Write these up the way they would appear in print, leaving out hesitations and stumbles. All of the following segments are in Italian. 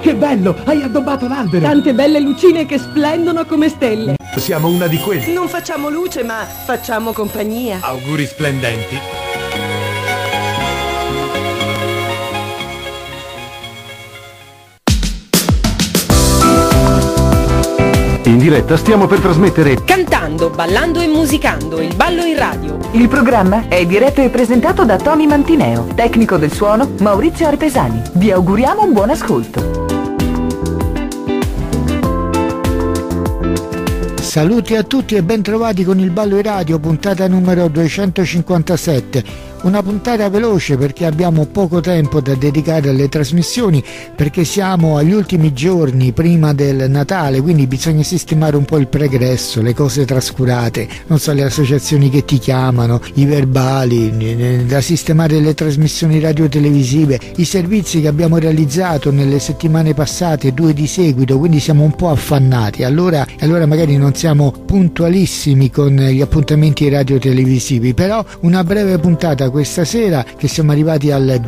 che bello! Hai addobbato l'albero! Tante belle lucine che splendono come stelle. Siamo una di quelle. Non facciamo luce, ma facciamo compagnia. Auguri splendenti. In diretta stiamo per trasmettere Cantando, ballando e musicando, il ballo in radio. Il programma è diretto e presentato da Tony Mantineo, tecnico del suono Maurizio Arpesani. Vi auguriamo un buon ascolto. Saluti a tutti e ben trovati con il Ballo in Radio, puntata numero 257. Una puntata veloce perché abbiamo poco tempo da dedicare alle trasmissioni, perché siamo agli ultimi giorni prima del Natale, quindi bisogna sistemare un po' il pregresso, le cose trascurate, non so, le associazioni che ti chiamano, i verbali, da sistemare le trasmissioni radio-televisive, i servizi che abbiamo realizzato nelle settimane passate, 2 di seguito, quindi siamo un po' affannati. Allora magari non siamo puntualissimi con gli appuntamenti radio-televisivi, però una breve puntata questa sera, che siamo arrivati al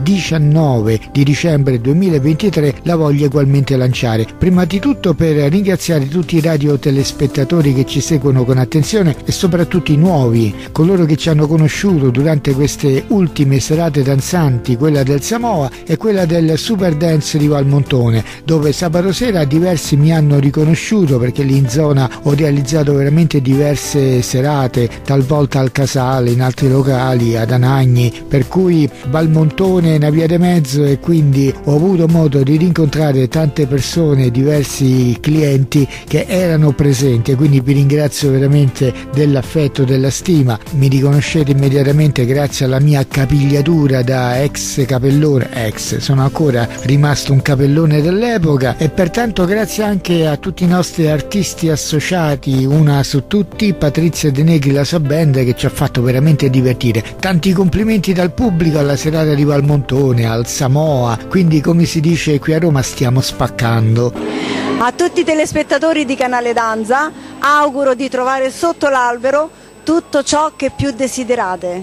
19 di dicembre 2023, la voglio ugualmente lanciare. Prima di tutto per ringraziare tutti i radiotelespettatori che ci seguono con attenzione e soprattutto i nuovi, coloro che ci hanno conosciuto durante queste ultime serate danzanti, quella del Samoa e quella del Super Dance di Valmontone, dove sabato sera diversi mi hanno riconosciuto perché lì in zona ho realizzato veramente diverse serate, talvolta al Casale, in altri locali, ad Anagni, per cui Valmontone è una via di mezzo e quindi ho avuto modo di rincontrare tante persone, diversi clienti che erano presenti, e quindi vi ringrazio veramente dell'affetto, della stima. Mi riconoscete immediatamente grazie alla mia capigliatura da ex capellone, sono ancora rimasto un capellone dell'epoca, e pertanto grazie anche a tutti i nostri artisti associati, una su tutti, Patrizia De Negri, la sua band, che ci ha fatto veramente divertire. Tanti complimenti dal pubblico alla serata di Valmontone, al Samoa, quindi come si dice qui a Roma stiamo spaccando. A tutti i telespettatori di Canale Danza auguro di trovare sotto l'albero tutto ciò che più desiderate.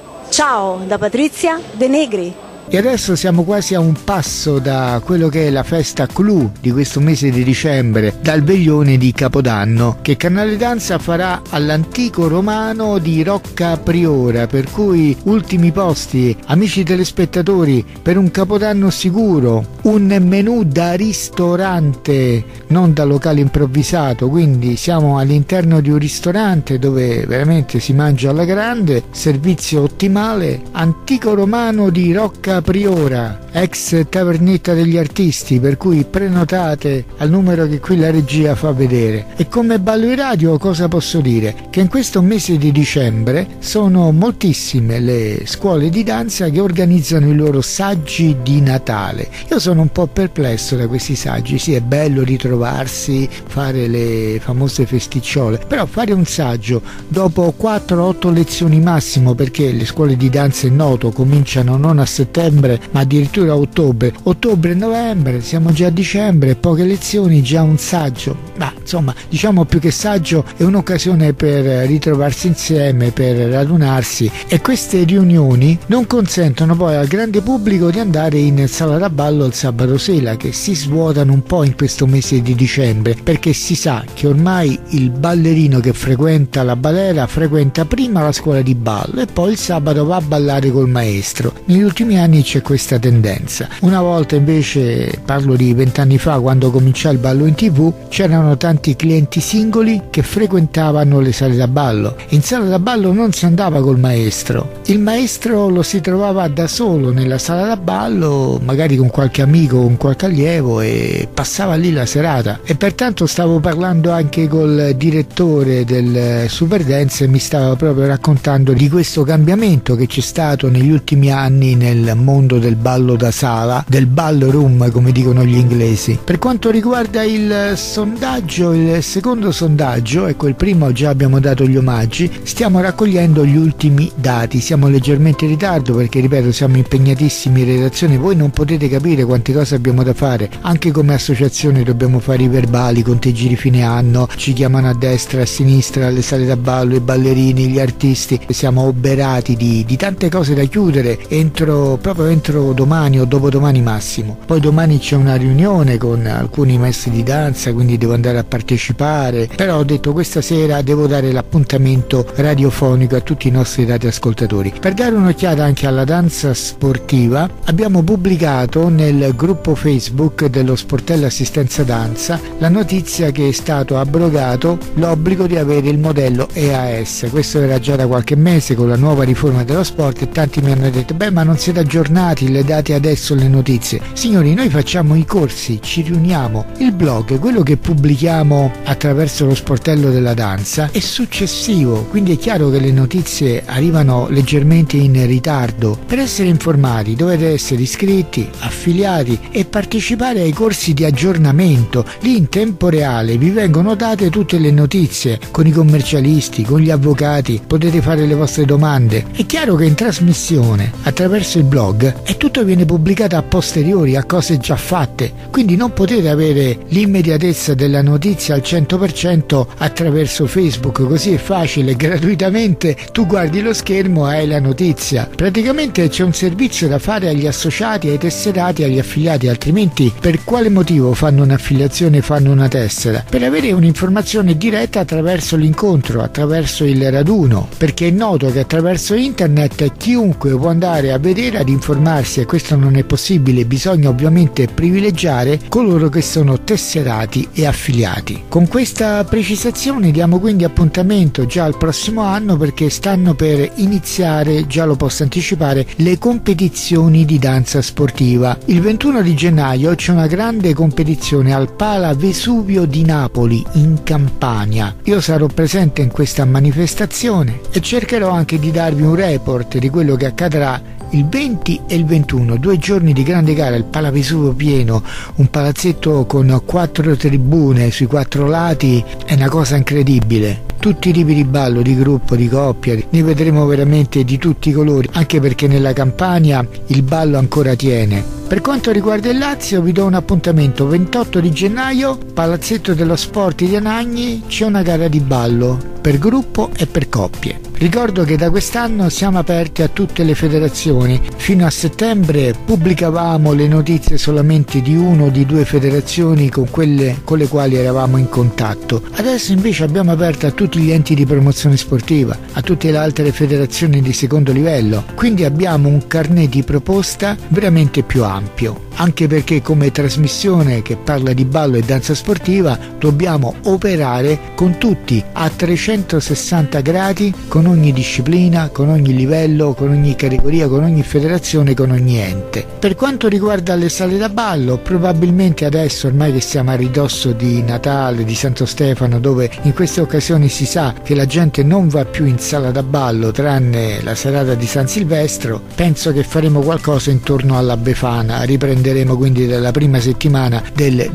Ciao da Patrizia De Negri. E adesso siamo quasi a un passo da quello che è la festa clou di questo mese di dicembre, dal veglione di Capodanno, che Canale Danza farà all'Antico Romano di Rocca Priora, per cui ultimi posti, amici telespettatori, per un Capodanno sicuro, un menù da ristorante, non da locale improvvisato, quindi siamo all'interno di un ristorante dove veramente si mangia alla grande, servizio ottimale, Antico Romano di Rocca Priora, ex tavernetta degli artisti, per cui prenotate al numero che qui la regia fa vedere. E come Ballo in Radio cosa posso dire? Che in questo mese di dicembre sono moltissime le scuole di danza che organizzano i loro saggi di Natale. Io sono un po' perplesso da questi saggi, sì, è bello ritrovarsi, fare le famose festicciole, però fare un saggio dopo 4-8 lezioni massimo, perché le scuole di danza, è noto, cominciano non a settembre ma addirittura a ottobre e novembre, siamo già a dicembre, poche lezioni, già un saggio. Ma insomma, diciamo più che saggio è un'occasione per ritrovarsi insieme, per radunarsi, e queste riunioni non consentono poi al grande pubblico di andare in sala da ballo il sabato sera, che si svuotano un po' in questo mese di dicembre, perché si sa che ormai il ballerino che frequenta la balera frequenta prima la scuola di ballo e poi il sabato va a ballare col maestro. Negli ultimi anni c'è questa tendenza. Una volta invece, parlo di 20 anni fa, quando cominciò il ballo in TV, c'erano tanti clienti singoli che frequentavano le sale da ballo. In sala da ballo non si andava col maestro, il maestro lo si trovava da solo nella sala da ballo, magari con qualche amico, con qualche allievo, e passava lì la serata. E pertanto stavo parlando anche col direttore del Super Dance e mi stava proprio raccontando di questo cambiamento che c'è stato negli ultimi anni nel mondo del ballo da sala, del ballroom come dicono gli inglesi. Per quanto riguarda il sondaggio, il secondo sondaggio, ecco, il primo già abbiamo dato gli omaggi, stiamo raccogliendo gli ultimi dati, siamo leggermente in ritardo perché, ripeto, siamo impegnatissimi in redazione, voi non potete capire quante cose abbiamo da fare, anche come associazione dobbiamo fare i verbali, i conteggi di fine anno, ci chiamano a destra, a sinistra, le sale da ballo, i ballerini, gli artisti, siamo oberati di tante cose da chiudere proprio entro domani. domani o dopodomani massimo. Poi domani c'è una riunione con alcuni maestri di danza, quindi devo andare a partecipare, però ho detto questa sera devo dare l'appuntamento radiofonico a tutti i nostri radioascoltatori. Per dare un'occhiata anche alla danza sportiva, abbiamo pubblicato nel gruppo Facebook dello Sportello Assistenza Danza la notizia che è stato abrogato l'obbligo di avere il modello EAS. Questo era già da qualche mese con la nuova riforma dello sport e tanti mi hanno detto ma non siete aggiornati, le date adesso le notizie. Signori, noi facciamo i corsi, ci riuniamo, il blog, quello che pubblichiamo attraverso lo Sportello della Danza, è successivo, quindi è chiaro che le notizie arrivano leggermente in ritardo. Per essere informati dovete essere iscritti, affiliati e partecipare ai corsi di aggiornamento. Lì in tempo reale vi vengono date tutte le notizie con i commercialisti, con gli avvocati, potete fare le vostre domande. È chiaro che in trasmissione attraverso il blog e tutto viene pubblicato a posteriori, a cose già fatte, quindi non potete avere l'immediatezza della notizia al 100% attraverso Facebook, così è facile, gratuitamente tu guardi lo schermo e hai la notizia. Praticamente c'è un servizio da fare agli associati, ai tesserati, agli affiliati, altrimenti per quale motivo fanno un'affiliazione, fanno una tessera? Per avere un'informazione diretta attraverso l'incontro, attraverso il raduno, perché è noto che attraverso internet chiunque può andare a vedere, ad informarsi, e questo non è possibile, bisogna ovviamente privilegiare coloro che sono tesserati e affiliati. Con questa precisazione diamo quindi appuntamento già al prossimo anno, perché stanno per iniziare, già lo posso anticipare, le competizioni di danza sportiva. Il 21 di gennaio c'è una grande competizione al Pala Vesuvio di Napoli, in Campania. Io sarò presente in questa manifestazione e cercherò anche di darvi un report di quello che accadrà il 20 e il 21, 2 giorni di grande gara, il Pala Vesuvio pieno, un palazzetto con 4 tribune sui 4 lati, è una cosa incredibile. Tutti i tipi di ballo, di gruppo, di coppia, ne vedremo veramente di tutti i colori, anche perché nella Campania il ballo ancora tiene. Per quanto riguarda il Lazio vi do un appuntamento: 28 di gennaio, Palazzetto dello Sport di Anagni, c'è una gara di ballo per gruppo e per coppie. Ricordo che da quest'anno siamo aperti a tutte le federazioni. Fino a settembre pubblicavamo le notizie solamente di 1 o di 2 federazioni con quelle con le quali eravamo in contatto. Adesso invece abbiamo aperto a tutti gli enti di promozione sportiva, a tutte le altre federazioni di secondo livello, quindi abbiamo un carnet di proposta veramente più ampio, anche perché come trasmissione che parla di ballo e danza sportiva dobbiamo operare con tutti a 360 gradi, con ogni disciplina, con ogni livello, con ogni categoria, con ogni federazione, con ogni ente. Per quanto riguarda le sale da ballo, probabilmente adesso, ormai che siamo a ridosso di Natale, di Santo Stefano, dove in queste occasioni si sa che la gente non va più in sala da ballo tranne la serata di San Silvestro, penso che faremo qualcosa intorno alla Befana, riprenderemo quindi dalla prima settimana del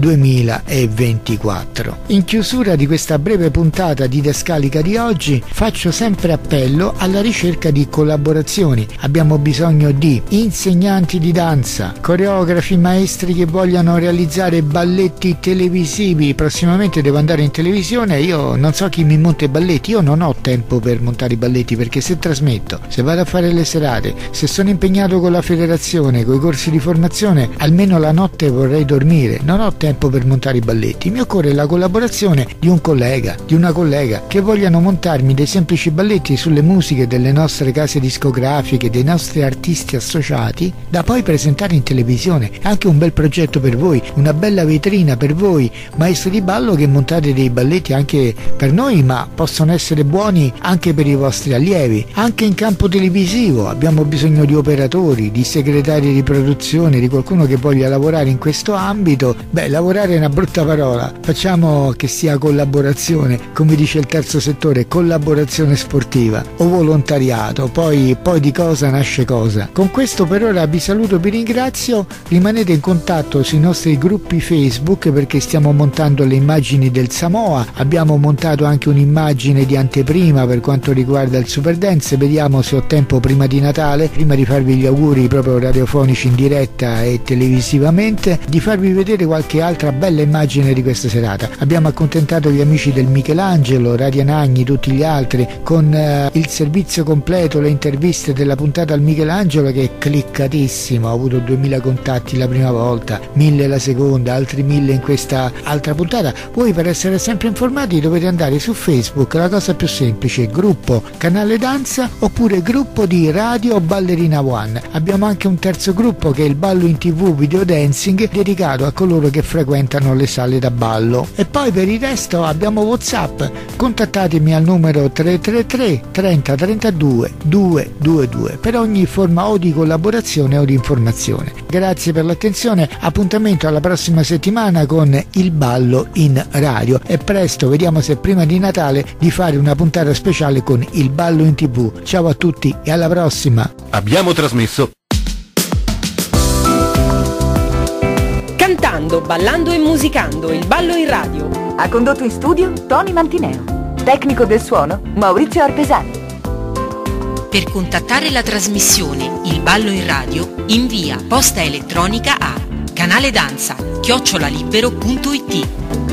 2024. In chiusura di questa breve puntata didascalica di oggi faccio sempre appello alla ricerca di collaborazioni. Abbiamo bisogno di insegnanti di danza, coreografi, maestri che vogliano realizzare balletti televisivi. Prossimamente devo andare in televisione, io non so chi mi monta i balletti, io non ho tempo per montare i balletti, perché se trasmetto, se vado a fare le serate, se sono impegnato con la federazione, con i corsi di formazione, almeno la notte vorrei dormire, non ho tempo per montare i balletti. Mi occorre la collaborazione di un collega, di una collega che vogliano montarmi dei semplici balletti sulle musiche delle nostre case discografiche, dei nostri artisti associati, da poi presentare in televisione. Anche un bel progetto per voi, una bella vetrina per voi maestri di ballo che montate dei balletti anche per noi, ma possono essere buoni anche per i vostri allievi. Anche in campo televisivo abbiamo bisogno di operatori, di segretari di produzione, di qualcuno che voglia lavorare in questo ambito. Lavorare è una brutta parola, facciamo che sia collaborazione, come dice il terzo settore, collaborazione sportiva o volontariato, poi di cosa nasce cosa. Con questo per ora vi saluto, vi ringrazio, rimanete in contatto sui nostri gruppi Facebook perché stiamo montando le immagini del Samoa, abbiamo montato anche un'immagine di anteprima per quanto riguarda il Super Dance, vediamo se ho tempo prima di Natale, prima di farvi gli auguri proprio radiofonici in diretta e televisivamente, di farvi vedere qualche altra bella immagine di questa serata. Abbiamo accontentato gli amici del Michelangelo, Radio Nagni, tutti gli altri, con il servizio completo, le interviste della puntata al Michelangelo, che è cliccatissimo, ho avuto 2000 contatti la prima volta, 1000 la seconda, altri 1000 in questa altra puntata. Voi, per essere sempre informati, dovete andare su Facebook, la cosa più semplice, gruppo Canale Danza oppure gruppo di Radio Ballerina One. Abbiamo anche un terzo gruppo che è il Ballo in TV Video Dancing, dedicato a coloro che frequentano le sale da ballo. E poi per il resto abbiamo WhatsApp, contattatemi al numero 333 30 32 222 per ogni forma o di collaborazione o di informazione. Grazie per l'attenzione, appuntamento alla prossima settimana con il ballo in radio e presto vediamo se prima di Natale di fare una puntata speciale con il ballo in TV. Ciao a tutti e alla prossima. Abbiamo trasmesso Cantando, ballando e musicando, il ballo in radio. Ha condotto in studio Tony Mantineo. Tecnico del suono Maurizio Arpesani. Per contattare la trasmissione Il Ballo in Radio, invia posta elettronica a canaledanza@libero.it.